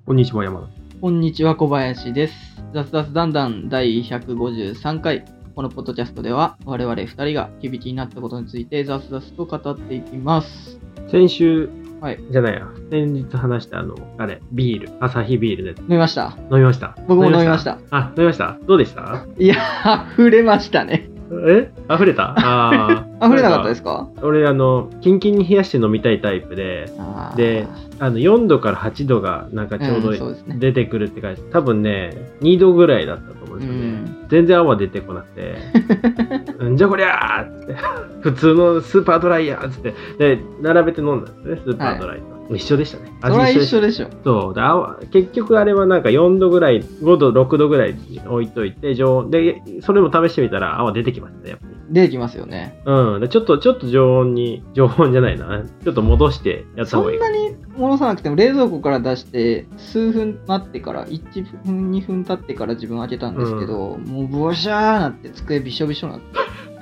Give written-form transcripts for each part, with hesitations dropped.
こんにちは、山田。 こんにちは、小林です。雑雑談談第153回。このポッドキャストでは、我々2人が響きになったことについて雑々と語っていきます。 先週、 はい。 じゃないや、先日話したビール、アサヒビールで。 飲みました。 飲みました。 僕も飲みました。 あ、飲みました。どうでした？ いや、溢れましたね。 溢れた？ 溢れなかったですか？ 俺、キンキンに冷やして飲みたいタイプで、4度から8度がなんかちょうど出てくるって感じ、多分ね、2度ぐらいだったと思うんですよね。全然泡出てこなくて、じゃこりゃーって、普通のスーパードライヤーっつって、で、並べて飲んだんですね、スーパードライと。一緒でしたね。 それは一緒でしょ。 そう。結局あれはなんか4度ぐらい、5度、6度ぐらいに置いといて、で、それも試してみたら泡出てきましたね、やっぱり。 出てきますよね。 うん。でちょっと常温じゃないな。ちょっと戻してやった方がいい。 そんなに戻さなくても冷蔵庫から出して数分待ってから1分2分経ってから自分開けたんですけど、もうブワシャーなって机びしょびしょなって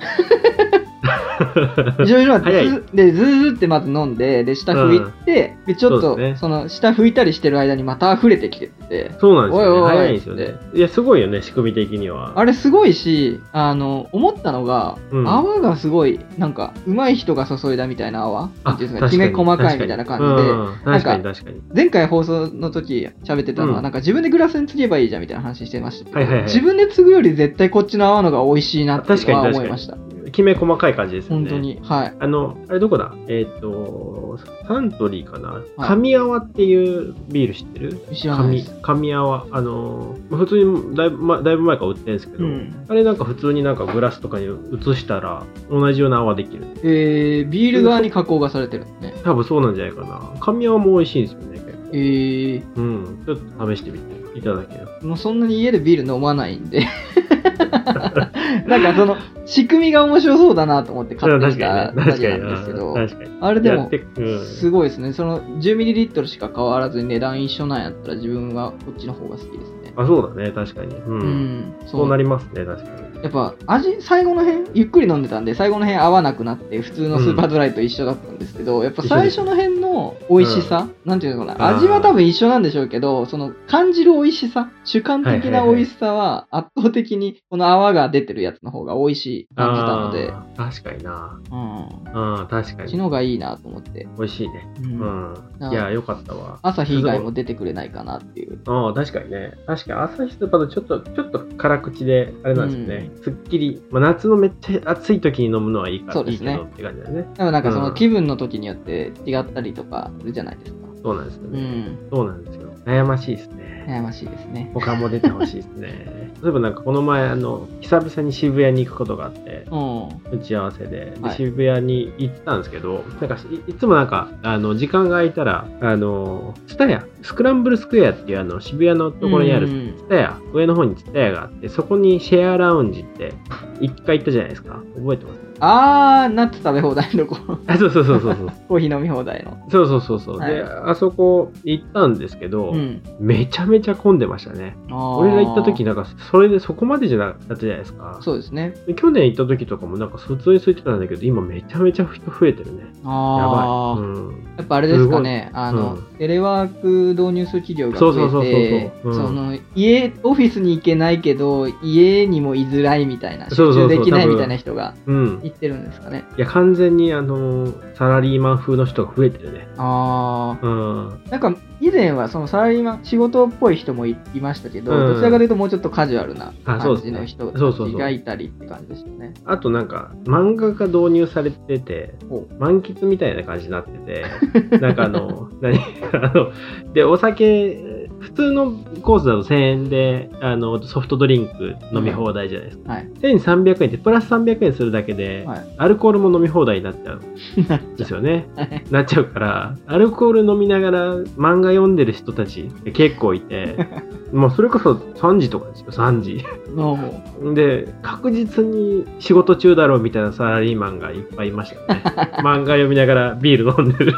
びしょびしょなってでズーズってまず飲んで下拭いて、でちょっとその下拭いたりしてる間にまた溢れてきてて、 そうなんですよね。早いんですよね。いやすごいよね、仕組み的には。 あれすごいし、思ったのが、泡がすごいなんか上手い人が注いだみたいな泡なんていうんですか、きめ細かいみたいな感じで、 確かに前回放送の時喋ってたのは、なんか自分でグラスにつげばいいじゃんみたいな話してましたけど、自分で継ぐより絶対こっちの泡のが美味しいなって思いました。 きめ細かい感じですよね。 本当に。はい。 あれどこだ？サントリーかな、神泡っていうビール知ってる？ 知らないです。 神泡。普通にだいぶ前から売ってるんですけど、あれなんか普通になんかグラスとかに移したら同じような泡できる。 ビール側に加工がされてるんですね。 多分そうなんじゃないかな。神泡も美味しいんですよね、結構。 うん。 ちょっと試してみていただければ。 もうそんなに家でビール飲まないんで。なんかその仕組みが面白そうだなと思って買ってきただけなんですけど、あれでもすごいですね。その 10ml しか変わらずに値段一緒なんやったら自分はこっちの方が好きですね。 あ、そうだね、確かに。そうなりますね、確かに。 やっぱ最後の辺ゆっくり飲んでたんで最後の辺合わなくなって普通のスーパードライと一緒だったんですけど、やっぱ最初の辺の美味しさ、なんていうのかな、味は多分一緒なんでしょうけど、その感じる美味しさ、主観的な美味しさは圧倒的にこの泡が出てるやつの方が美味しい感じたので。 確かにな。確かに。 こっちのがいいなと思って。 美味しいね。いや、よかったわ。 朝日以外も出てくれないかなっていう。 確かにね。確かに朝日スーパーとちょっと辛口であれなんですよね。すっきり、夏のめっちゃ暑い時に飲むのはいいからいいけどって感じだよね。 でもなんかその気分の時によって違ったりとかするじゃないですか。 そうなんですよね。そうなんですよ。悩ましいですね。 悩ましいですね。 他も出てほしいですね。例えばなんかこの前久々に渋谷に行くことがあって、打ち合わせで渋谷に行ったんですけど、なんかいつもなんか時間が空いたらスクランブルスクエアっていう渋谷のところにあるツタヤ、上の方にツタヤがあって、そこにシェアラウンジって一回行ったじゃないですか。覚えてます？ ナッツ食べ放題のところ。 そう。 コーヒー飲み放題の。 そう。で、あそこ行ったんですけど、めちゃめちゃ混んでましたね。俺が行った時なんかそこまでじゃなかったじゃないですか。 そうですね。 去年行った時とかもなんか普通に空いてたんだけど、今めちゃめちゃ人増えてるね。やばい。 やっぱあれですかね。テレワーク導入する企業が増えて、オフィスに行けないけど家にも居づらいみたいな、集中できないみたいな人が行ってるんですかね。 いや完全にサラリーマン風の人が増えてるね。 なんか以前はそのサラリーマン仕事っぽい人もいましたけど、どちらかというともうちょっとカジュアルな感じの人たちがいたりって感じでしたね。 あとなんか漫画が導入されてて満喫みたいな感じになってて、なんかでお酒普通のコースだと1000円でソフトドリンク飲み放題じゃないですか。1300円ってプラス300円するだけで、アルコールも飲み放題になっちゃうんですよね。なっちゃうからアルコール飲みながら漫画読んでる人たち結構いて、もうそれこそ3時とかですよ。3時で確実に仕事中だろうみたいなサラリーマンがいっぱいいましたね。漫画読みながらビール飲んでる。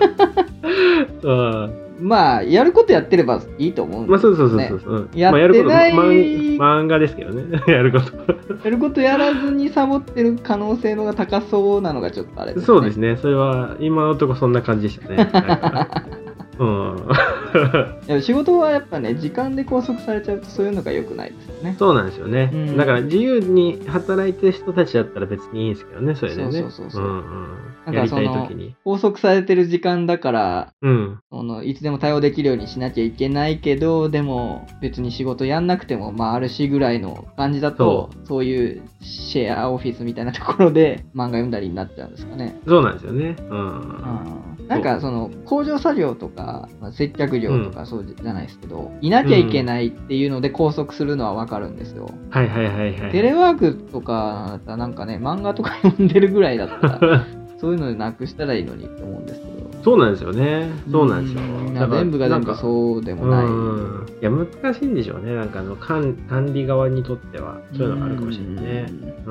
まあやることやってればいいと思うんですよね。 そうやってない漫画ですけどね。やることやらずにサボってる可能性のが高そうなのがちょっとあれですね。 そうですね。それは今のところそんな感じでしたね。 いや仕事はやっぱね、時間で拘束されちゃうとそういうのが良くないですよね。 そうなんですよね。だから自由に働いてる人たちだったら別にいいんですけどね、それでね。やりたい時に。 拘束されてる時間だから、いつでも対応できるようにしなきゃいけないけど、でも別に仕事やんなくても、あるしぐらいの感じだと、そういうシェアオフィスみたいなところで漫画読んだりになっちゃうんですかね。 そうなんですよね。 なんか工場作業とか、接客業とかそうじゃないですけど、いなきゃいけないっていうので拘束するのはわかるんですよ。テレワークとかだったらなんかね、漫画とか読んでるぐらいだったらそういうのでなくしたらいいのにって思うんですけど。 そうなんですよね。そうなんですよ。 全部が全部そうでもない。 いや、難しいんでしょうね。なんか管理側にとってはそういうのがあるかもしれないね。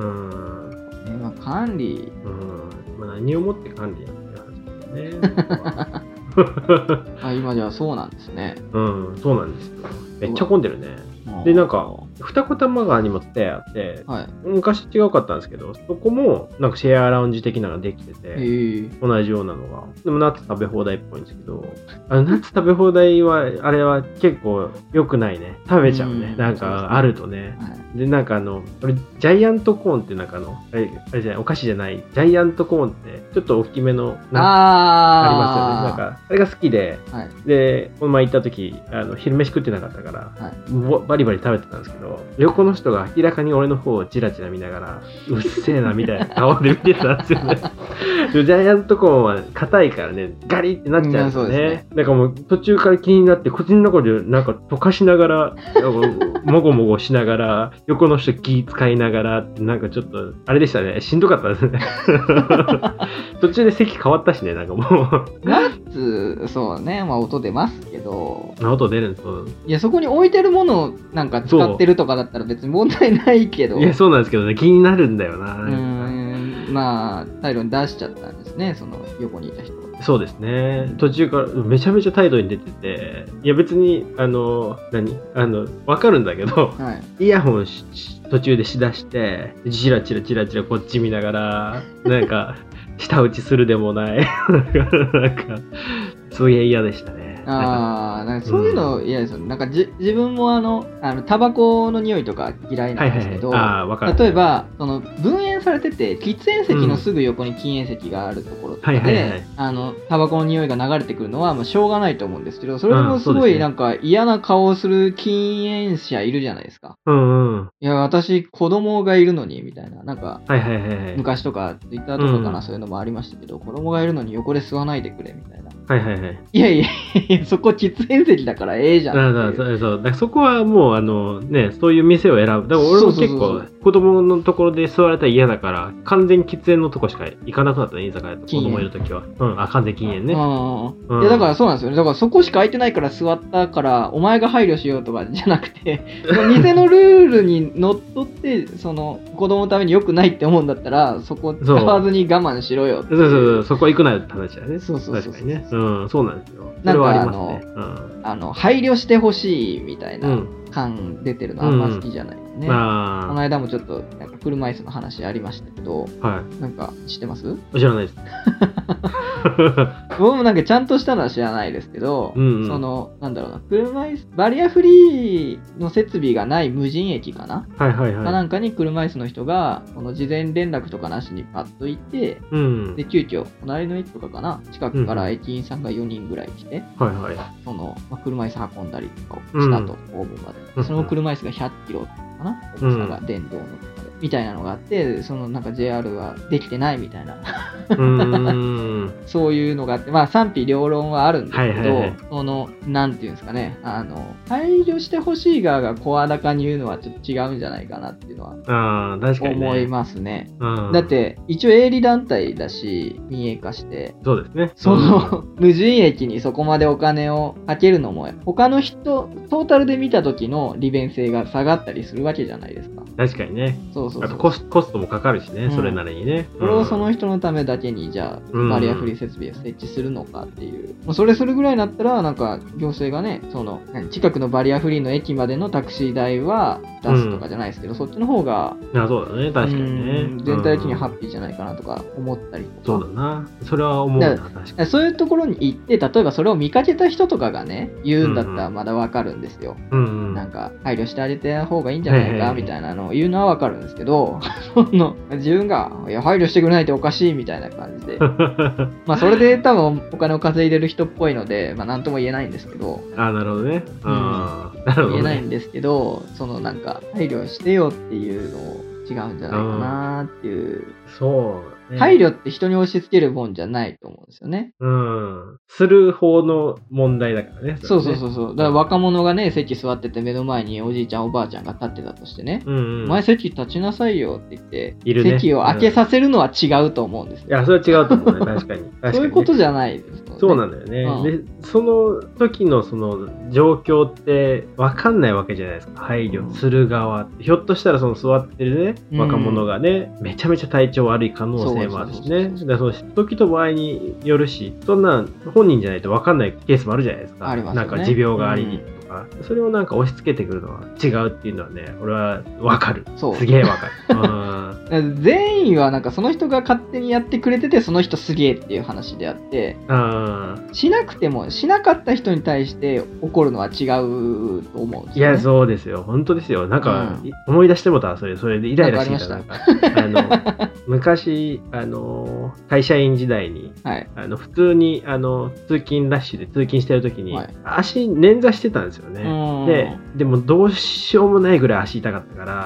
管理。 何をもって管理なんて話ですね。 今じゃそうなんですね。 そうなんですよ。めっちゃ混んでるね。で、なんか、二子玉川にもツタヤあって、昔違うかったんですけど、そこもなんかシェアラウンジ的なのができてて、同じようなのが。でもナッツ食べ放題っぽいんですけど、ナッツ食べ放題は、あれは結構良くないね。食べちゃうね。なんかあるとね。で、なんか俺、ジャイアントコーンってなんかあれじゃない、お菓子じゃない、ジャイアントコーンって、ちょっと大きめの、ありますよね。なんか、あれが好きで、で、この前行った時、昼飯食ってなかったから、バリバリ食べてたんですけど、横の人が明らかに俺の方をチラチラ見ながら、うっせえなみたいな顔で見てたんですよね。ジャイアントコーンは硬いからね、ガリってなっちゃうんですよね。なんかもう途中から気になって、口の中でなんか溶かしながら、もごもごしながら、横の人気使いながら、なんかちょっと、あれでしたね、しんどかったですね。途中で席変わったしね、なんかもう。 ナッツ、そうね、音出ますけど。 音出るんですよ。 いや、そこに置いてるものをなんか使ってるとかだったら別に問題ないけど。 いや、そうなんですけどね、気になるんだよな。 態度に出しちゃったんですね、その横にいた人。 そうですね。途中からめちゃめちゃ態度に出てて、いや別に、わかるんだけど、イヤホン途中でしだして、チラチラチラチラこっち見ながら、なんか、舌打ちするでもない。なんか、すげえ嫌でしたね。 なんかそういうの嫌ですよね。なんか自分もタバコの匂いとか嫌いなんですけど、例えば、分煙されてて、喫煙席のすぐ横に禁煙席があるところとかで、タバコの匂いが流れてくるのは、しょうがないと思うんですけど、それでもすごいなんか嫌な顔をする禁煙者いるじゃないですか。いや、私、子供がいるのに、みたいな。なんか、昔とか、ツイッターとかかな、そういうのもありましたけど、子供がいるのに横で吸わないでくれ、みたいな。いやいやそこ喫煙席だからええじゃん。 そこはもうそういう店を選ぶ。だから俺も結構子供のところで座られたら嫌だから、完全喫煙のとこしか行かなくなったね、居酒屋と子供いるときは。完全禁煙ね。 いやだからそうなんですよね。だからそこしか空いてないから座ったから、お前が配慮しようとかじゃなくて、店のルールにのっとって、子供のために良くないって思うんだったら、そこ使わずに我慢しろよって。 そこ行くなよって話だね。確かにね。そうなんですよ。それはありますね。 配慮してほしいみたいな感出てるのあんま好きじゃないですね。この間もちょっとなんか車椅子の話ありましたけど、なんか知ってます？ 知らないです。 僕もなんかちゃんとしたのは知らないですけど、なんだろうな、車椅子、バリアフリーの設備がない無人駅かな？なんかに車椅子の人が、事前連絡とかなしにパッと行って、で、急遽、隣の駅とかかな、近くから駅員さんが4人ぐらい来て、車椅子運んだりとかをしたと、ホームまで。その車椅子が100キロかな、重さが電動のみたいなのがあって、なんか JR はできてないみたいなそういうのがあって、賛否両論はあるんですけど、なんていうんですかね、配慮してほしい側が声高に言うのはちょっと違うんじゃないかなっていうのは思いますね。だって一応営利団体だし、民営化して、 そうですね。 無人駅にそこまでお金をかけるのも他の人トータルで見た時の利便性が下がったりするわけじゃないですか。 確かにね。あとコストもかかるしね、それなりにね。 これをその人のためだけにじゃあバリアフリー設備を設置するのかっていう、それするぐらいだったらなんか行政がね、近くのバリアフリーの駅までのタクシー代は出すとかじゃないですけど、そっちの方が、 そうだね、確かにね。 全体的にハッピーじゃないかなとか思ったりとか。 そうだな。それは思うな、確かに。 そういうところに行って、例えばそれを見かけた人とかがね、言うんだったらまだわかるんですよ。なんか、配慮してあげた方がいいんじゃないかみたいなのを言うのはわかるんですけど、自分が、いや、配慮してくれないとおかしいみたいな感じで。まあ、それで多分お金を稼いでる人っぽいので、まあ、なんとも言えないんですけど。 なるほどね。 言えないんですけど、なんか、配慮してよっていうのを違うんじゃないかなっていう。 そうね。 配慮って人に押し付けるもんじゃないと思うんですよね。 する方の問題だからね。 そう。だから若者がね、席座ってて目の前におじいちゃんおばあちゃんが立ってたとしてね、お前席立ちなさいよって言って、席を開けさせるのは違うと思うんですよ。 いや、それは違うと思うね。確かに。 そういうことじゃないですよね。 そうなんだよね。で、その時のその状況って分かんないわけじゃないですか。配慮する側って。ひょっとしたらその座ってるね、若者がね、めちゃめちゃ体調悪い可能性もあるしね。だからその時と場合によるし、そんな本人じゃないと分かんないケースもあるじゃないですか。 ありますね。 なんか持病がありとか、それをなんか押し付けてくるのは違うっていうのはね、俺は分かる。すげえ分かる。 善意はなんかその人が勝手にやってくれてて、その人すげえっていう話であって、しなくても、しなかった人に対して怒るのは違うと思うんですよ、ね。 いや、そうですよ。本当ですよ。なんか、思い出してもた、それでイライラしてた。昔、会社員時代に、普通に、通勤ラッシュで通勤してる時に、足捻挫してたんですよね。でもどうしようもないぐらい足痛かったから、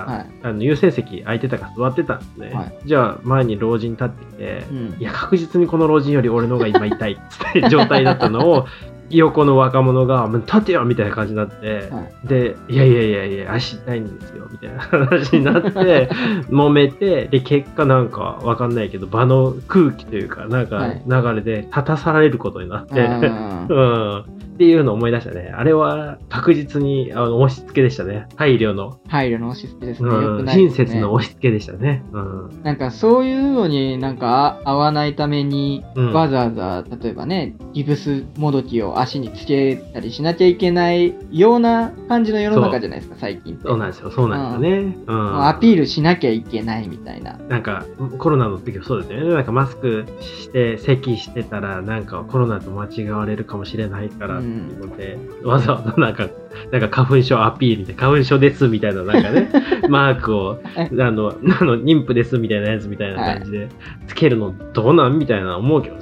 優先席空いてたから座ってたんですね。じゃあ、前に老人立ってきて、いや、確実にこの老人より俺の方が今痛いって状態だったのを、横の若者が、立てよみたいな感じになって、で、いや、足痛いんですよ、みたいな話になって、揉めて、で、結果なんかわかんないけど、場の空気というか、なんか流れで立たされることになって、っていうのを思い出したね。あれは確実に押し付けでしたね。配慮の押し付けですね。よくないですね。親切の押し付けでしたね。 なんかそういうのになんか合わないために、わざわざ例えばね、ギブスもどきを足につけたりしなきゃいけないような感じの世の中じゃないですか、最近って。 そうなんですよ。そうなんですよね。 アピールしなきゃいけないみたいな。 なんかコロナの時もそうですよね。なんかマスクして咳してたらなんかコロナと間違われるかもしれないから。のでわざわざなんか花粉症アピールで花粉症ですみたいななんかねマークを妊婦ですみたいなやつみたいな感じでつけるのどうなんみたいな思うけどね。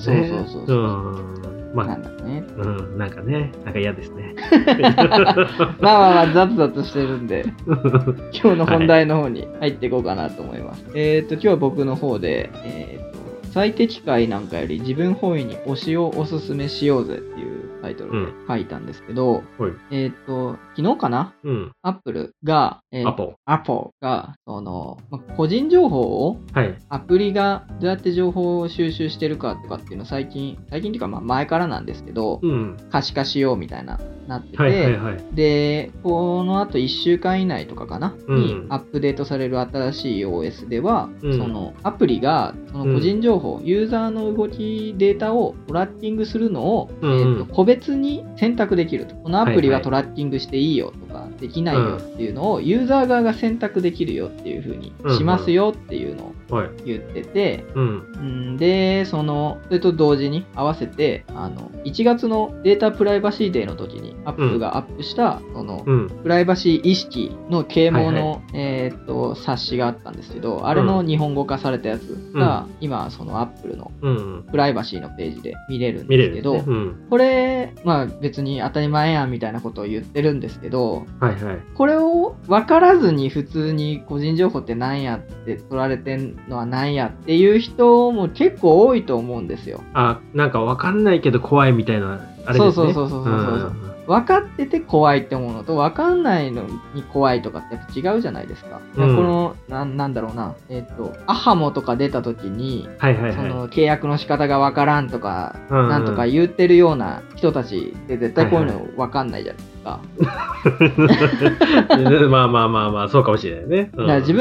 なんかね、なんか嫌ですね。 まあ、ザツザツしてるんで、今日の本題の方に入っていこうかなと思います。今日は僕の方で、最適解なんかより自分本位に推しをおすすめしようぜっていうタイトルで書いたんですけど、昨日かな、アップルが、アポが、個人情報を、アプリがどうやって情報を収集してるかとかっていうのを最近っていうか前からなんですけど、可視化しようみたいな、なってて、で、この後1週間以内とかかな、にアップデートされる新しい OS では、そのアプリがその個人情報、ユーザーの動きデータをトラッキングするのを、個別に選択できると。このアプリはトラッキングしていいよとか、できないよっていうのをユーザー側が選択できるよっていう風にしますよっていうのを言ってて、で、それと同時に合わせて、1月のデータプライバシーデーの時にアップルがアップした、プライバシー意識の啓蒙の、冊子があったんですけど、あれの日本語化されたやつが、今、そのアップルのプライバシーのページで見れるんですけど、これ、まあ別に当たり前やんみたいなことを言ってるんですけど、これを分からずに普通に個人情報って何やって取られてんのは何やっていう人も結構多いと思うんですよ。 なんか分かんないけど怖いみたいな、あれですね。そう分かってて怖いって思うのと分かんないのに怖いとかってやっぱ違うじゃないですか。このなんだろうな、アハモとか出た時に、その契約の仕方が分からんとか、なんとか言ってるような人たちって絶対こういうの分かんないじゃないですか。 まあそうかもしれないね。 だから自分の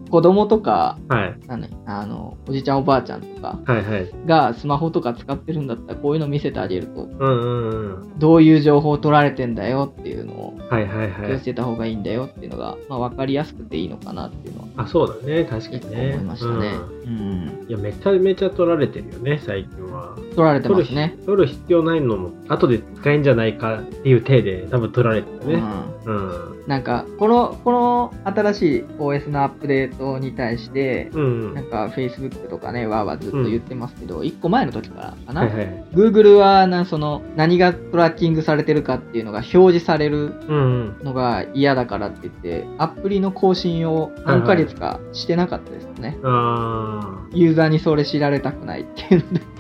子供とか、 はい。 おじいちゃんおばあちゃんとかはいはい。 がスマホとか使ってるんだったら、こういうの見せてあげると、 うんうんうん。 どういう情報を取られてんだよっていうのをはいはいはい。 気をつけた方がいいんだよっていうのが、まあ、分かりやすくていいのかなっていうのはあ、そうだね。確かにね。 思いましたね。 いや、めちゃめちゃ取られてるよね、最近は。 取られてますね。 取る必要ないのも、後で使えんじゃないかっていう体で多分取られてるね。 なんか、この新しい OS のアップデートに対して、なんか Facebook とかね、わずっと言ってますけど、1個前の時からかな。Google は何がトラッキングされてるかっていうのが表示されるのが嫌だからって言って、アプリの更新を何ヶ月かしてなかったですよね。ユーザーにそれ知られたくないっていうので。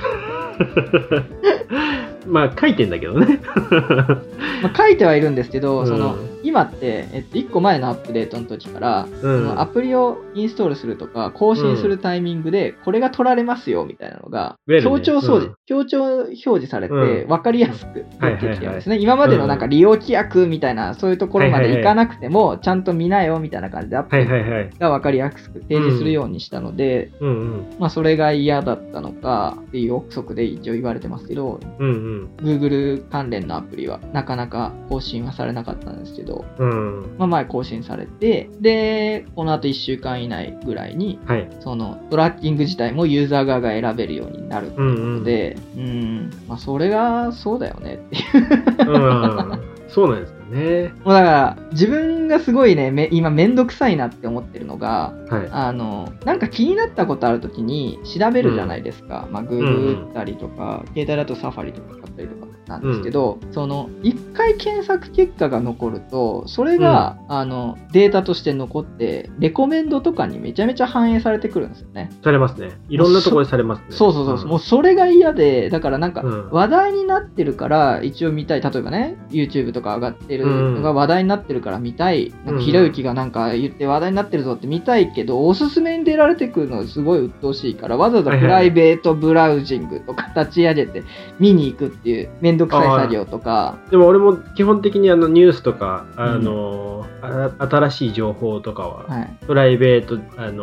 まあ書いてんだけどね。 まあ書いてはいるんですけど、今って、1個前のアップデートの時から、アプリをインストールするとか更新するタイミングでこれが取られますよみたいなのが強調表示されて分かりやすくなってきてるんですね。今までのなんか利用規約みたいなそういうところまでいかなくてもちゃんと見なよみたいな感じでアプリが分かりやすく提示するようにしたので、まあそれが嫌だったのかっていう憶測で一応言われてますけど、Google 関連のアプリはなかなか更新はされなかったんですけど、まあ前更新されて、でこの後1週間以内ぐらいに、そのトラッキング自体もユーザー側が選べるようになるということで、まあそれがそうだよねっていうそうなんですよね。 もうだから自分がすごいね今めんどくさいなって思ってるのが、なんか気になったことあるときに調べるじゃないですか。まあ Google 打ったりとか、携帯だと Safari とか買ったりとかなんですけど、その一回検索結果が残るとそれが、データとして残ってレコメンドとかにめちゃめちゃ反映されてくるんですよね。 されますね。いろんなところでされますね。 そう、もうそれが嫌で、だからなんか話題になってるから一応見たい。例えばね YouTube とか上がってるのが話題になってるから見たい。なんかひろゆきがなんか言って話題になってるぞって見たいけど、おすすめに出られてくるのすごい鬱陶しいからわざわざプライベートブラウジングとか立ち上げて見に行くっていうめんどくさい作業とか。 でも俺も基本的にニュースとか新しい情報とかは、プライベート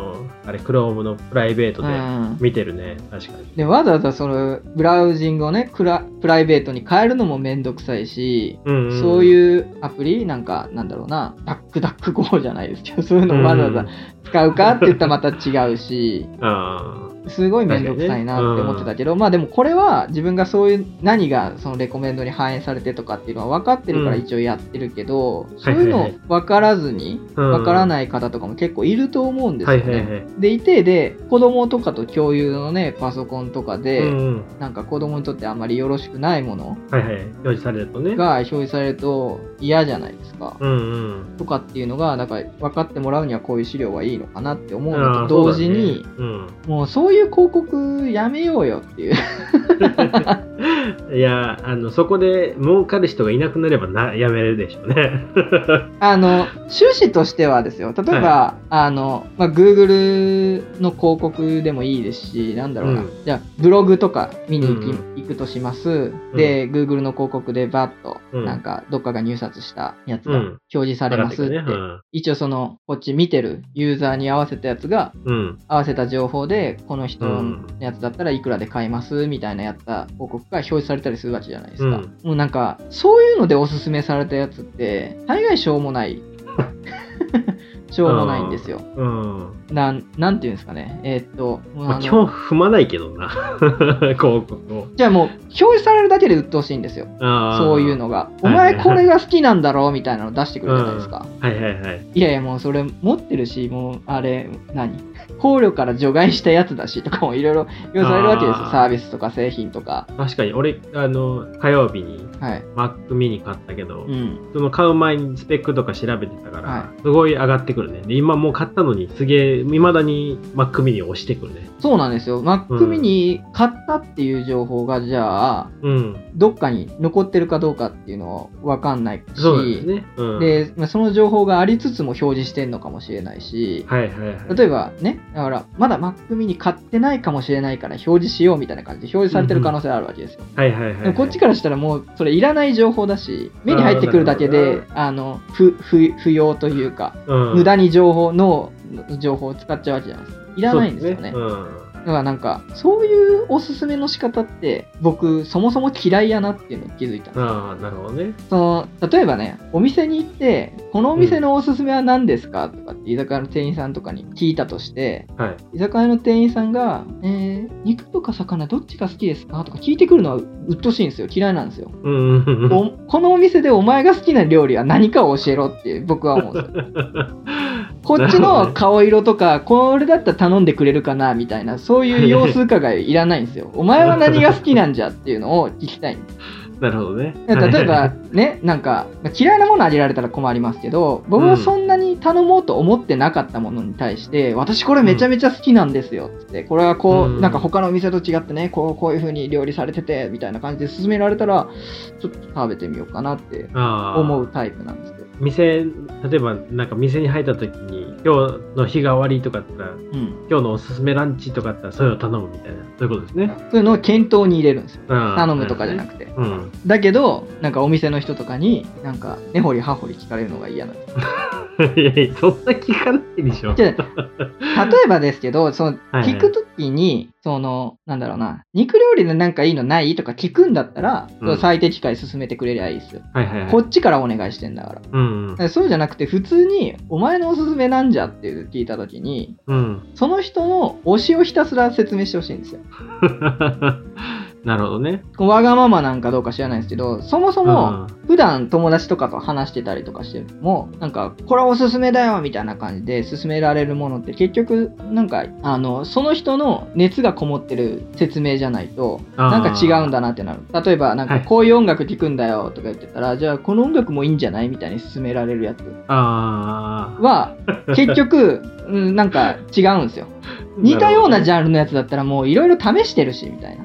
Chrome のプライベートで見てるね。確かに。でわざわざそのブラウジングをねプライベートに変えるのもめんどくさいし、そういうアプリなんだろうな、ダックダック GO じゃないですけど、そういうのをわざわざ使うかって言ったらまた違うし、すごいめんどくさいなって思ってたけど、まあでもこれは自分がそういう何がそのレコメンドに反映されてとかっていうのは分かってるから一応やってるけど、そういうの分からずに分からない方とかも結構いると思うんですよね。でいて、で子供とかと共有のねパソコンとかで、なんか子供にとってあんまりよろしくないものが表示されると嫌じゃないですか、とかっていうのがだから分かってもらうにはこういう資料はいいのかなって思うのと同時に、もうそういう広告やめようよっていういやそこで儲かる人がいなくなればやめるでしょうね趣旨としてはですよ。例えば、Google の広告でもいいですし、なんだろうな、じゃあブログとか見に行くとします、で Google の広告でバッと、なんかどっかが入札したやつが表示されますって、一応そのこっち見てるユーザーに合わせたやつが、合わせた情報でこの人のやつだったらいくらで買いますみたいなやった広告が表示されたりするわけじゃないですか、もうなんかそういうのでおすすめされたやつって大概しょうもないしょうもないんですよ。なんていうんですかね。 基本踏まないけどな広告を。 じゃあもう表示されるだけで鬱陶しいんですよ。そういうのが。お前これが好きなんだろうみたいなの出してくるじゃないですか。いやいやもうそれ持ってるし、もうあれ考慮から除外したやつだしとかもいろいろ言わされるわけですよ。サービスとか製品とか。 確かに俺火曜日に Mac mini 買ったけど、その買う前にスペックとか調べてたから、すごい上がってくるね。で今もう買ったのにすげえ未だに Mac mini を押してくるね。 そうなんですよ。Mac mini 買ったっていう情報がじゃあ、どっかに残ってるかどうかっていうのは分かんないし、 そうですね。 でその情報がありつつも表示してんのかもしれないし、例えばね、だからまだ Mac mini 買ってないかもしれないから表示しようみたいな感じで表示されてる可能性あるわけですよ。でもこっちからしたらもうそれいらない情報だし、目に入ってくるだけで不要というか、無駄に情報のの情報を使っちゃうわけじゃないですか。いらないんですよね。 そうですね。 だからなんか、そういうおすすめの仕方って、僕、そもそも嫌いやなっていうのを気づいたんです。 ああ、なるほどね。 例えばね、お店に行って、このお店のおすすめは何ですかとかって居酒屋の店員さんとかに聞いたとして、 はい。 居酒屋の店員さんが、肉とか魚どっちが好きですかとか聞いてくるのは鬱陶しいんですよ。嫌いなんですよ。このお店でお前が好きな料理は何かを教えろって僕は思うんですよ。こっちの顔色とか、これだったら頼んでくれるかなみたいな、そういう様子伺いいらないんですよ。お前は何が好きなんじゃっていうのを聞きたいんです。 なるほどね。 例えばね、なんか嫌いなものあげられたら困りますけど、僕はそんなに頼もうと思ってなかったものに対して、私これめちゃめちゃ好きなんですよって、これはこう、なんか他のお店と違ってね、こういう風に料理されててみたいな感じで勧められたら、ちょっと食べてみようかなって思うタイプなんですよ。 例えばなんか店に入った時に今日の日替わりとかだったら、今日のおすすめランチとかだったらそういうの頼むみたいな、そういうことですね。 そういうのを検討に入れるんですよ。頼むとかじゃなくて。だけどなんかお店の人とかになんか根掘り葉掘り聞かれるのが嫌なんです。 いやいや、そんな聞かないでしょ。 例えばですけど、聞くときに、なんだろうな、肉料理でなんかいいのないとか聞くんだったら、最適解進めてくれりゃいいですよ。こっちからお願いしてんだから。そうじゃなくて、普通に、お前のおすすめなんじゃって聞いたときに、その人の推しをひたすら説明してほしいんですよ。 なるほどね。 わがままなんかどうか知らないですけど、そもそも普段友達とかと話してたりとかしても、なんかこれはおすすめだよみたいな感じで勧められるものって結局なんかその人の熱がこもってる説明じゃないとなんか違うんだなってなる。例えばなんかこういう音楽聴くんだよとか言ってたら、じゃあこの音楽もいいんじゃないみたいに勧められるやつは結局なんか違うんですよ。似たようなジャンルのやつだったらもういろいろ試してるしみたいな。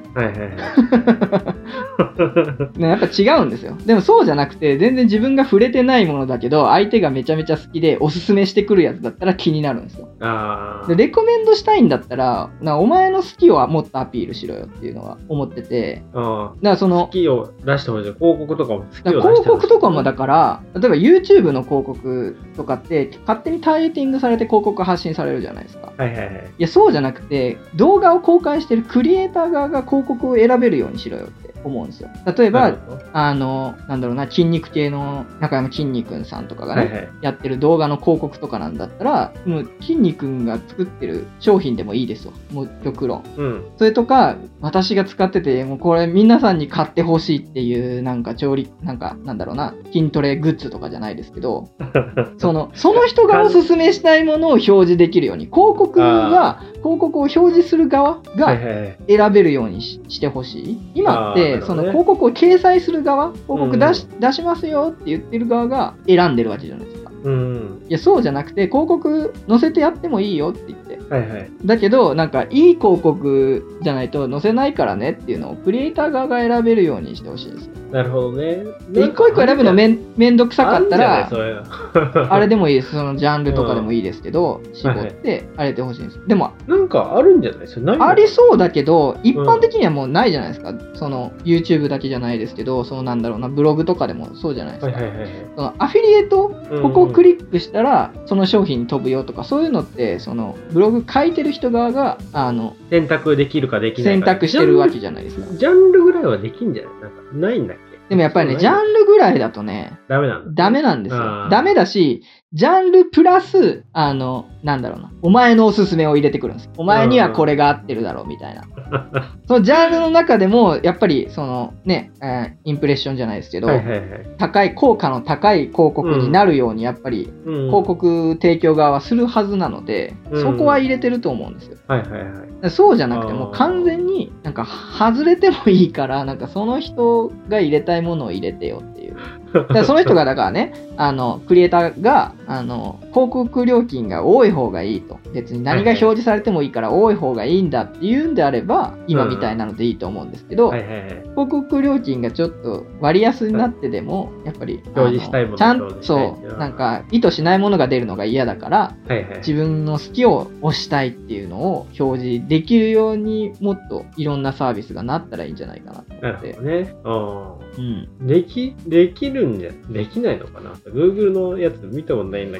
やっぱ違うんですよ。でもそうじゃなくて、全然自分が触れてないものだけど相手がめちゃめちゃ好きでおすすめしてくるやつだったら気になるんですよ。でレコメンドしたいんだったらお前の好きをもっとアピールしろよっていうのは思ってて、だから好きを出してほしい。広告とかも好きを出してほしい。 広告とかもだから例えば YouTube の広告とかって勝手にターゲティングされて広告発信されるじゃないですか。いやそうじゃなくて、動画を公開してるクリエイター側が広告を選べるようにしろよって思うんですよ。例えばなんだろうな、筋肉系の中山きんに君さんとかがね、やってる動画の広告とかなんだったら、もうきんに君が作ってる商品でもいいですよ、もう極論。それとか私が使っててもうこれ皆さんに買ってほしいっていうなんかなんだろうな、筋トレグッズとかじゃないですけどその人がおすすめしたいものを表示できるように、広告を表示する側が選べるようにしてほしい。今ってその広告を掲載する側、広告出しますよって言ってる側が選んでるわけじゃないですか。いやそうじゃなくて、広告載せてやってもいいよって言って、だけどなんかいい広告じゃないと載せないからねっていうのをクリエイター側が選べるようにしてほしいですよ。 なるほどね。 で一個一個選ぶのめんどくさかったらあれでもいいです。そのジャンルとかでもいいですけど、絞ってあれてほしいんです。でもなんかあるんじゃないですか。 ありそうだけど一般的にはもうないじゃないですか。その YouTube だけじゃないですけど、そのなんだろうな、ブログとかでもそうじゃないですか。そのアフィリエイト、ここをクリックしたらその商品に飛ぶよとか、そういうのってそのブログ書いてる人側が選択できるかできないか選択してるわけじゃないですか。 ジャンルぐらいはできんじゃない？なんかないんだっけ？ でもやっぱりね、ジャンルぐらいだとね、ダメなんですよ。ダメだし、ジャンルプラス、なんだろうな、お前のおすすめを入れてくるんです。お前にはこれが合ってるだろうみたいな。そのジャンルの中でも、やっぱり、そのね、インプレッションじゃないですけど、効果の高い広告になるように、やっぱり、広告提供側はするはずなので、そこは入れてると思うんですよ。そうじゃなくて、もう完全になんか外れてもいいから、なんかその人が入れたいものを入れてよっていう。その人がだからね、クリエイターが広告料金が多い方がいいと、別に何が表示されてもいいから多い方がいいんだっていうんであれば、今みたいなのでいいと思うんですけど、広告料金がちょっと割安になってでもやっぱり表示したいものちゃんそうなんか意図しないものが出るのが嫌だから、自分の好きを押したいっていうのを表示できるようにもっといろんなサービスがなったらいいんじゃないかなと思って。 なるほどね。できるんじゃできないのかな。 Google のやつ見たことないんだけど、 Google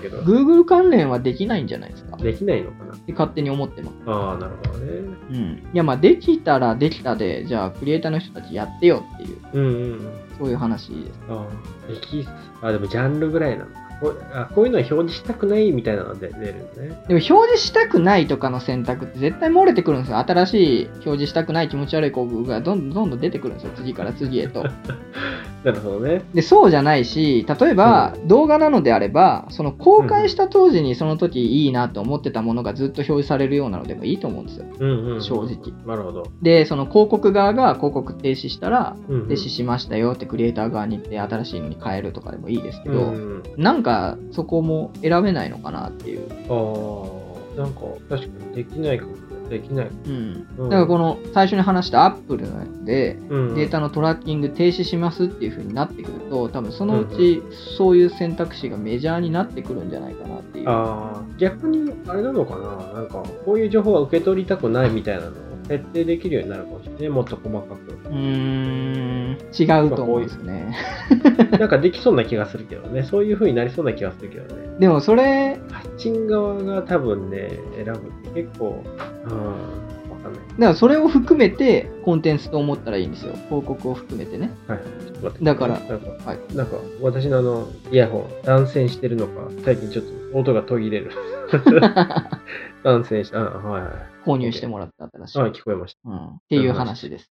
Google 関連はできないんじゃないですか。 できないのかなって勝手に思ってます。 ああ、なるほどね。 うん。いや、まあ、できたらできたで、じゃあ、クリエイターの人たちやってよっていう、そういう話です。 でもジャンルぐらいなんだ。こういうのは表示したくないみたいなので出るんね。 でも表示したくないとかの選択って絶対漏れてくるんですよ。新しい表示したくない気持ち悪い広告がどんどん出てくるんですよ。次から次へと。 なるほどね。 で、そうじゃないし、例えば、動画なのであれば、その公開した当時にその時いいなと思ってたものがずっと表示されるようなのでもいいと思うんですよ。正直。 なるほど。 で、その広告側が広告停止したら、停止しましたよってクリエイター側に言って新しいのに変えるとかでもいいですけど、なんかそこも選べないのかなっていう。 なんか確かにできないかも。できない。 だからこの最初に話したアップルのやつで、データのトラッキング停止しますっていう風になってくると、多分そのうちそういう選択肢がメジャーになってくるんじゃないかなっていう。 逆にあれなのかな、なんかこういう情報は受け取りたくないみたいなのを設定できるようになるかもしれない。もっと細かく。 違うと思うんですね。 なんかできそうな気がするけどね。そういう風になりそうな気がするけどね。 でもそれ、 発信側が多分ね、選ぶって結構、わかんない。 だからそれを含めてコンテンツと思ったらいいんですよ。広告を含めてね。 はい。ちょっと待って。 だから、 なんか私のイヤホン、断線してるのか、最近ちょっと音が途切れる。断線して、 購入してもらった新しい。 聞こえました。 っていう話です。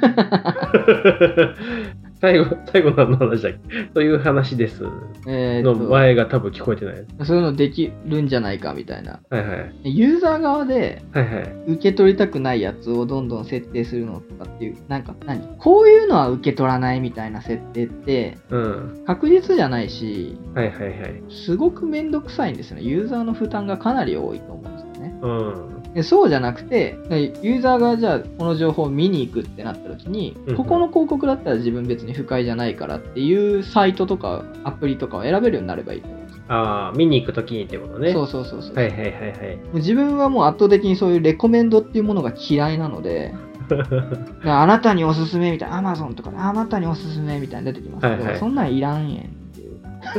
最後何の話だっけという話です。の前が多分聞こえてない。 そういうのできるんじゃないかみたいな。 はいはい。 ユーザー側で、受け取りたくないやつをどんどん設定するのとかっていう、なんかこういうのは受け取らないみたいな設定って、確実じゃないし、すごくめんどくさいんですよね。ユーザーの負担がかなり多いと思うんですよね。そうじゃなくて、ユーザーがじゃあこの情報を見に行くってなった時に、ここの広告だったら自分別に不快じゃないからっていうサイトとかアプリとかを選べるようになればいいと思います。 見に行く時にってことね。 そう。 はい。 自分はもう圧倒的にそういうレコメンドっていうものが嫌いなので、あなたにおすすめみたいな、Amazon とかあなたにおすすめみたいな出てきますけど、そんなんいらんやんっていう。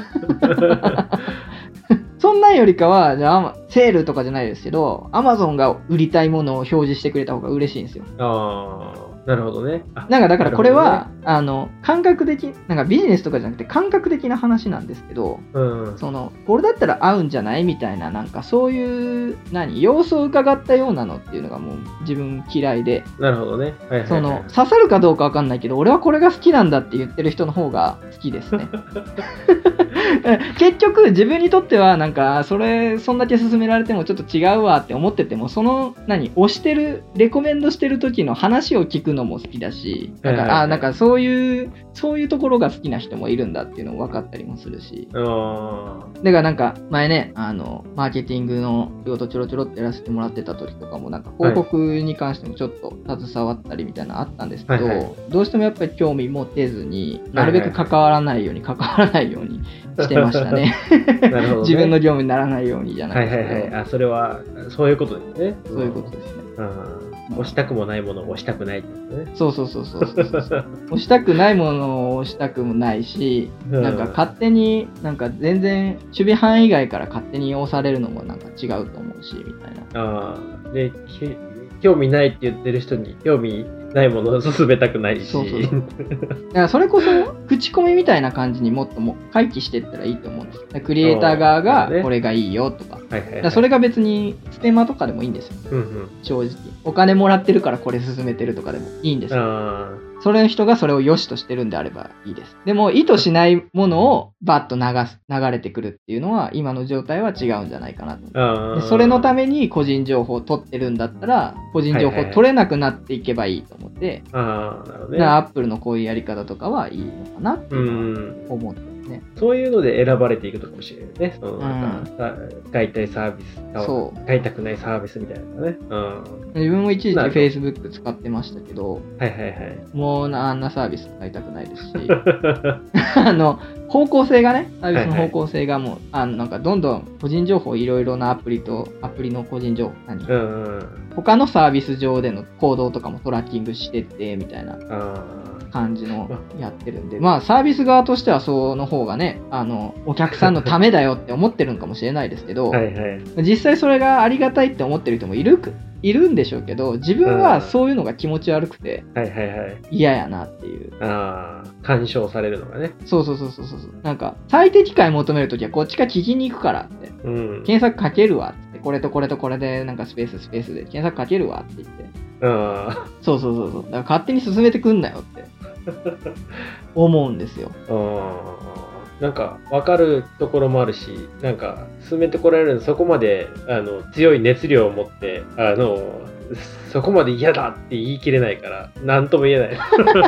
そんなんよりかは、じゃあセールとかじゃないですけど、Amazon が売りたいものを表示してくれた方が嬉しいんですよ。 なるほどね。 だからこれは、感覚的、なんかビジネスとかじゃなくて感覚的な話なんですけど、これだったら合うんじゃないみたいな、なんかそういう、様子を伺ったようなのっていうのがもう自分嫌いで。 なるほどね。 刺さるかどうかわかんないけど、俺はこれが好きなんだって言ってる人の方が好きですね。結局自分にとってはなんかそんだけ勧められてもちょっと違うわって思ってても、押してるレコメンドしてる時の話を聞くのも好きだし、なんかそういうところが好きな人もいるんだっていうのも分かったりもするし、だからなんか前ねマーケティングの仕事ちょろちょろってやらせてもらってた時とかもなんか広告に関してもちょっと携わったりみたいなのあったんですけど、どうしてもやっぱり興味持てずになるべく関わらないようにしてましたね。なるほどね。自分の業務にならないようにじゃないですか。 それはそういうことですね。 そういうことですね。 押したくもないものを押したくないってことね。 そう。押したくないものを押したくもないし、なんか勝手に、なんか全然守備範囲外から勝手に押されるのもなんか違うと思うし、みたいな。 で、興味ないって言ってる人に興味ないものを勧めたくないし。 だからそれこそ口コミみたいな感じにもっと回帰していったらいいと思うんですよ。クリエイター側がこれがいいよとか。それが別にステマとかでもいいんですよ。正直。お金もらってるからこれ勧めてるとかでもいいんですよ。それの人がそれを良しとしてるんであればいいです。でも意図しないものをバッと流れてくるっていうのは今の状態は違うんじゃないかなと。でそれのために個人情報を取ってるんだったら個人情報取れなくなっていけばいいと思って、アップルのこういうやり方とかはいいのかなっていう思ってますね。 そういうので選ばれていくのかもしれないね。使いたいサービス、使いたくないサービスみたいなね。 自分も一時期 Facebook 使ってましたけど、もうあんなサービス使いたくないですし、方向性がね、サービスの方向性がもう、なんかどんどん個人情報いろいろなアプリの個人情報、他のサービス上での行動とかもトラッキングしてってみたいな感じのやってるんで、まあサービス側としてはその方がね、お客さんのためだよって思ってるのかもしれないですけど、 はいはい、 実際それがありがたいって思ってる人もいるんでしょうけど、自分はそういうのが気持ち悪くて嫌やなっていう。 干渉されるのがね。 そうなんか最適解求めるときはこっちが聞きに行くからって、検索かけるわって、これとこれとこれでなんかスペースで検索かけるわって言って、そうだから勝手に進めてくんなよって思うんですよ。 なんか分かるところもあるし、なんか進めてこられるのそこまで強い熱量を持ってそこまで嫌だって言い切れないから何とも言えない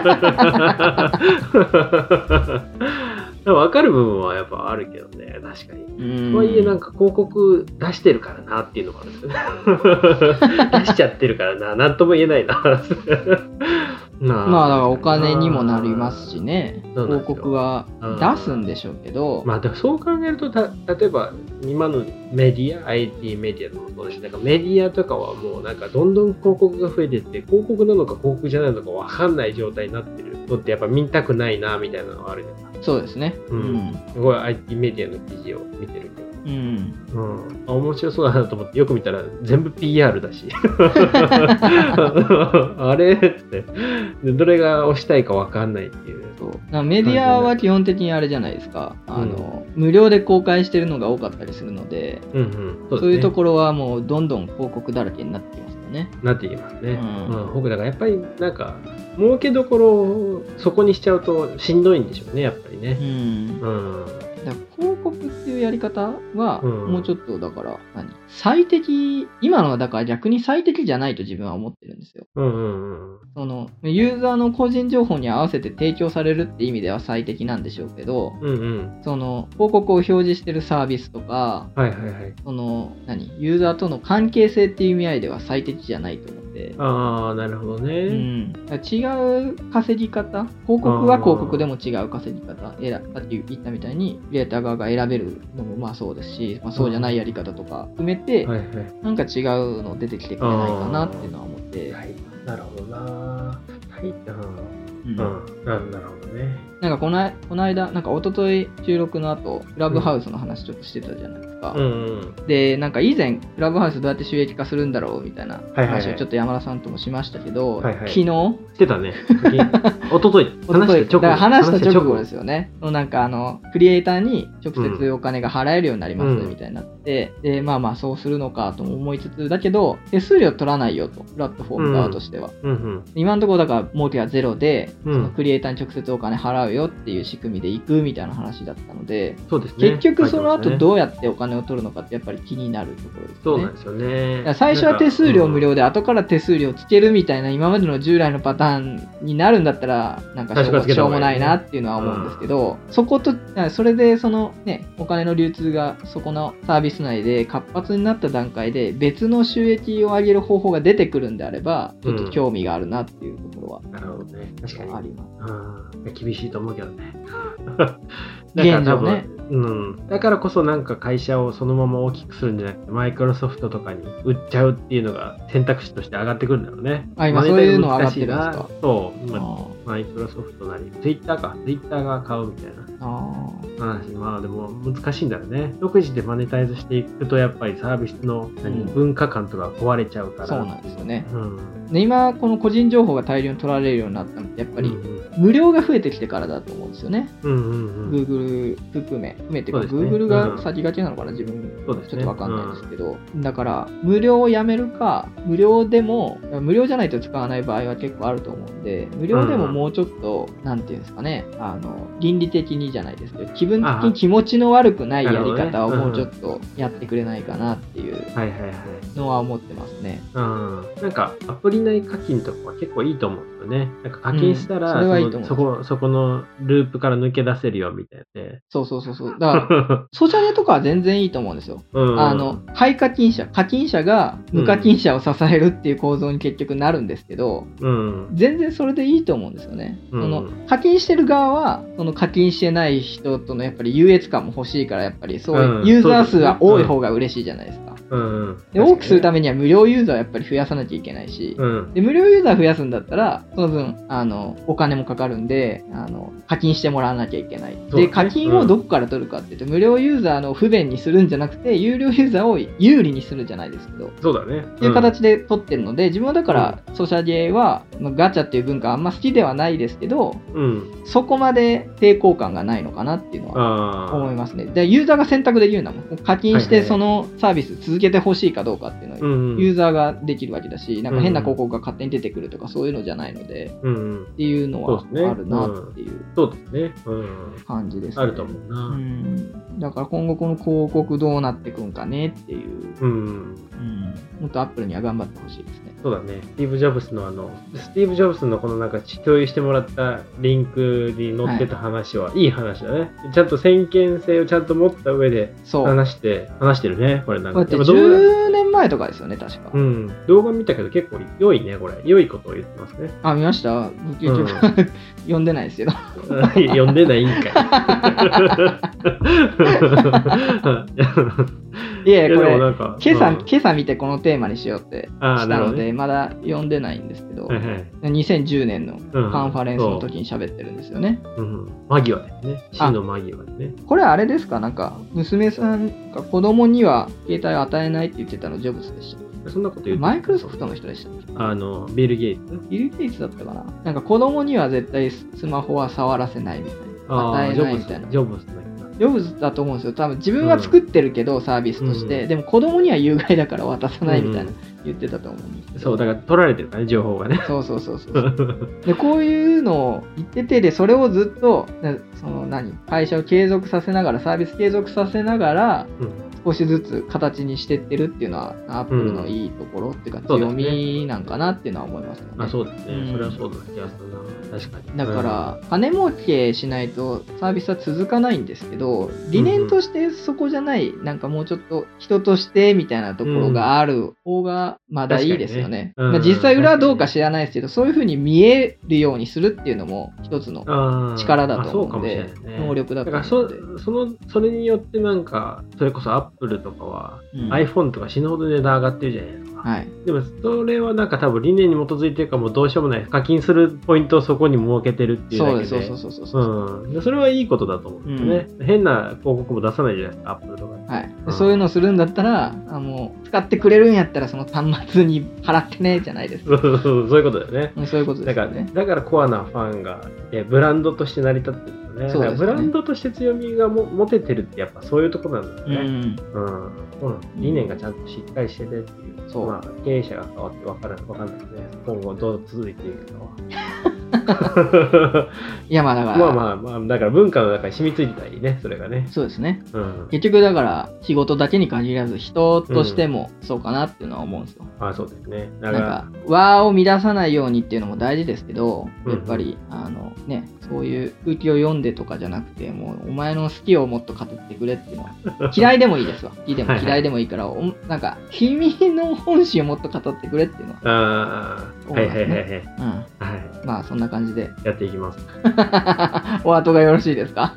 分かる部分はやっぱあるけどね、確かに。とはいえなんか広告出してるからなっていうのもあるんですよね出しちゃってるからな、何とも言えないなまあだからお金にもなりますしね、広告は出すんでしょうけど、 まあでもそう考えると例えば今のメディア IT メディアもそうだし、なんかメディアとかはもうなんかどんどん広告が増えていって、広告なのか広告じゃないのか分かんない状態になってるのってやっぱ見たくないなみたいなのがあるじゃないですか。 そうですね、 すごい IT メディアの記事を見てるけど、面白そうだなと思ってよく見たら全部 PR だしあれってどれが押したいか分かんないっていう。 メディアは基本的にあれじゃないですか、無料で公開してるのが多かったりするので、そういうところはもうどんどん広告だらけになってきますよね。 なっていきますね。僕だからやっぱりなんか儲けどころをそこにしちゃうとしんどいんでしょうね、やっぱりね。だから広告っていうやり方はもうちょっとだから最適、今のはだから逆に最適じゃないと自分は思ってるんですよ。そのユーザーの個人情報に合わせて提供されるって意味では最適なんでしょうけど、その広告を表示してるサービスとか、そのユーザーとの関係性っていう意味合いでは最適じゃないと思って。 なるほどね。 違う稼ぎ方、広告は広告でも違う稼ぎ方、さっき言ったみたいにクリエイター側が選べるのもまあそうですし、そうじゃないやり方とか含めて、なんか違うの出てきてくれないかなっていうのは思って。 なるほどな。なるほどね。 なんかこの間、なんか一昨日収録の後、クラブハウスの話ちょっとしてたじゃないですか。で、なんか以前、クラブハウスどうやって収益化するんだろうみたいな話をちょっと山田さんともしましたけど、昨日してたね。一昨日話した直後ですよね。なんかクリエイターに直接お金が払えるようになりますみたいになって、で、まあそうするのかとも思いつつ、だけど、手数料取らないよと、プラットフォーム側としては。今のところだから儲けはゼロで、そのクリエイターに直接お金払うよっていう仕組みで行くみたいな話だったので、結局その後どうやってお金を取るのかってやっぱり気になるところですね。 そうなんですよね。 最初は手数料無料で後から手数料つけるみたいな今までの従来のパターンになるんだったらなんかしょうもないなっていうのは思うんですけど、それでそのねお金の流通がそこのサービス内で活発になった段階で別の収益を上げる方法が出てくるんであればちょっと興味があるなっていうところは、 なるほどね、確かにあります。 厳しいと思うけどね現状ね。 だからこそなんか会社をそのまま大きくするんじゃなくてマイクロソフトとかに売っちゃうっていうのが選択肢として上がってくるんだろうね。 今そういうの上がってるんですか。 そうマイクロソフトなりツイッターが買うみたいな話。まあでも難しいんだろうね。独自でマネタイズしていくとやっぱりサービスの文化観とか壊れちゃうから。 そうなんですよね。で今この個人情報が大量に取られるようになったのってやっぱり無料が増えてきてからだと思うんですよね。Google 含めっていうか、Google が先駆けなのかな、自分ちょっとわかんないんですけど、だから無料をやめるか、無料じゃないと使わない場合は結構あると思うんで、無料でももうちょっと、なんていうんですかね、倫理的にじゃないですけど、気分的に気持ちの悪くないやり方をもうちょっとやってくれないかなっていうのは思ってますね。 なんかアプリ内課金とかは結構いいと思うんですよね。なんか課金したら、そこのループから抜け出せるよみたいな。 そう。だからソシャゲとかは全然いいと思うんですよ。廃課金者が無課金者を支えるっていう構造に結局なるんですけど、全然それでいいと思うんですよね。その課金してる側はその課金してない人とのやっぱり優越感も欲しいから、やっぱりそういうユーザー数が多い方が嬉しいじゃないですか。 で多くするためには無料ユーザーをやっぱり増やさなきゃいけないし、で無料ユーザー増やすんだったらその分お金もかかるんで課金してもらわなきゃいけない。で課金をどこから取るかっていうと、無料ユーザーの不便にするんじゃなくて有料ユーザーを有利にするじゃないですけど、 そうだね、 っていう形で取ってるので、自分はだからソシャゲはガチャっていう文化はあんま好きではないですけど、そこまで抵抗感がないのかなっていうのは思いますね。でユーザーが選択できるんだもん。課金してそのサービス続けてほしいかどうかっていうのをユーザーができるわけだし、なんか変な広告が勝手に出てくるとかそういうのじゃないので、っていうのはあるなっていう感じですね。 あると思うな。 だから今後この広告どうなっていくんかねっていう、もっとアップルには頑張ってほしいですね。 そうだね。スティーブ・ジョブズのこのなんか共有してもらったリンクに載ってた話はいい話だね。ちゃんと先見性をちゃんと持った上で話してるね。これなんか。 だって10年前とかですよね、確か。 動画見たけど結構良いね、これ。良いことを言ってますね。 見ました？結局、読んでないですけど。 読んでないんかい。 いやこれ今朝見てこのテーマにしようってしたので、まだ読んでないんですけど、2010年のカンファレンスの時に喋ってるんですよね。 間際ですね。死の間際ですね。 これあれですか、なんか娘さんが子供には携帯を与えないって言ってたのジョブズでした。 そんなこと言ってマイクロソフトの人でしたっけ？ ビル・ゲイツ？ ビル・ゲイツだったかな。なんか子供には絶対スマホは触らせないみたいな。与えないみたいな。 ジョブズだと思うんですよ。多分自分は作ってるけど、サービスとして。でも子供には有害だから渡さないみたいな言ってたと思うんですけど。 そう、だから取られてるからね、情報がね。 そう。で、こういうのを言ってて、で、それをずっと、会社を継続させながら、サービス継続させながら、少しずつ形にしてってるっていうのは、アップルのいいところっていうか、強みなんかなっていうのは思いますよね。 そうですね。それはそうだ気がするな。確かに。 だから、金儲けしないとサービスは続かないんですけど、理念としてそこじゃない、なんかもうちょっと人としてみたいなところがある方がまだいいですよね。実際裏はどうか知らないですけど、そういうふうに見えるようにするっていうのも一つの力だと思うので、能力だと思うので。 それによってなんか、それこそアップルとかは、iPhone とか死ぬほど値段上がってるじゃないですか。でもそれはなんか多分理念に基づいてるかもうどうしようもない。課金するポイントをそこに設けてるっていうだけで。そう。それはいいことだと思うんですよね。変な広告も出さないじゃないですか、アップルとか。 そういうのをするんだったら、もう使ってくれるんやったらその端末に払ってねじゃないですか。 そういうことだよね。 そういうことですよね。 だからコアなファンがブランドとして成り立ってるんですよね。ブランドとして強みが持ててるってやっぱそういうところなんだよね。理念がちゃんとしっかりしててっていう。経営者が変わって分かんないですね。今後どう続いていくかは。 いやだからだから文化の中に染みついてたりね、それがね。 そうですね。結局だから仕事だけに限らず人としてもそうかなっていうのは思うんですよ。 そうですね。 なんか和を乱さないようにっていうのも大事ですけど、やっぱりそういう空気を読んでとかじゃなくて、もうお前の好きをもっと語ってくれっていうのは嫌いでもいいですわ。嫌いでもいいからなんか君の本心をもっと語ってくれっていうのは思いますね。そんな感じでやっていきます。 お後がよろしいですか？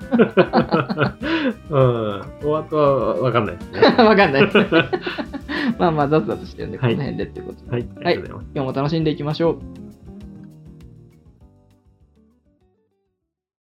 お後は分かんないですね。 分かんないですね。雑してるんでこの辺でっていうことで。 はい。 今日も楽しんでいきましょう。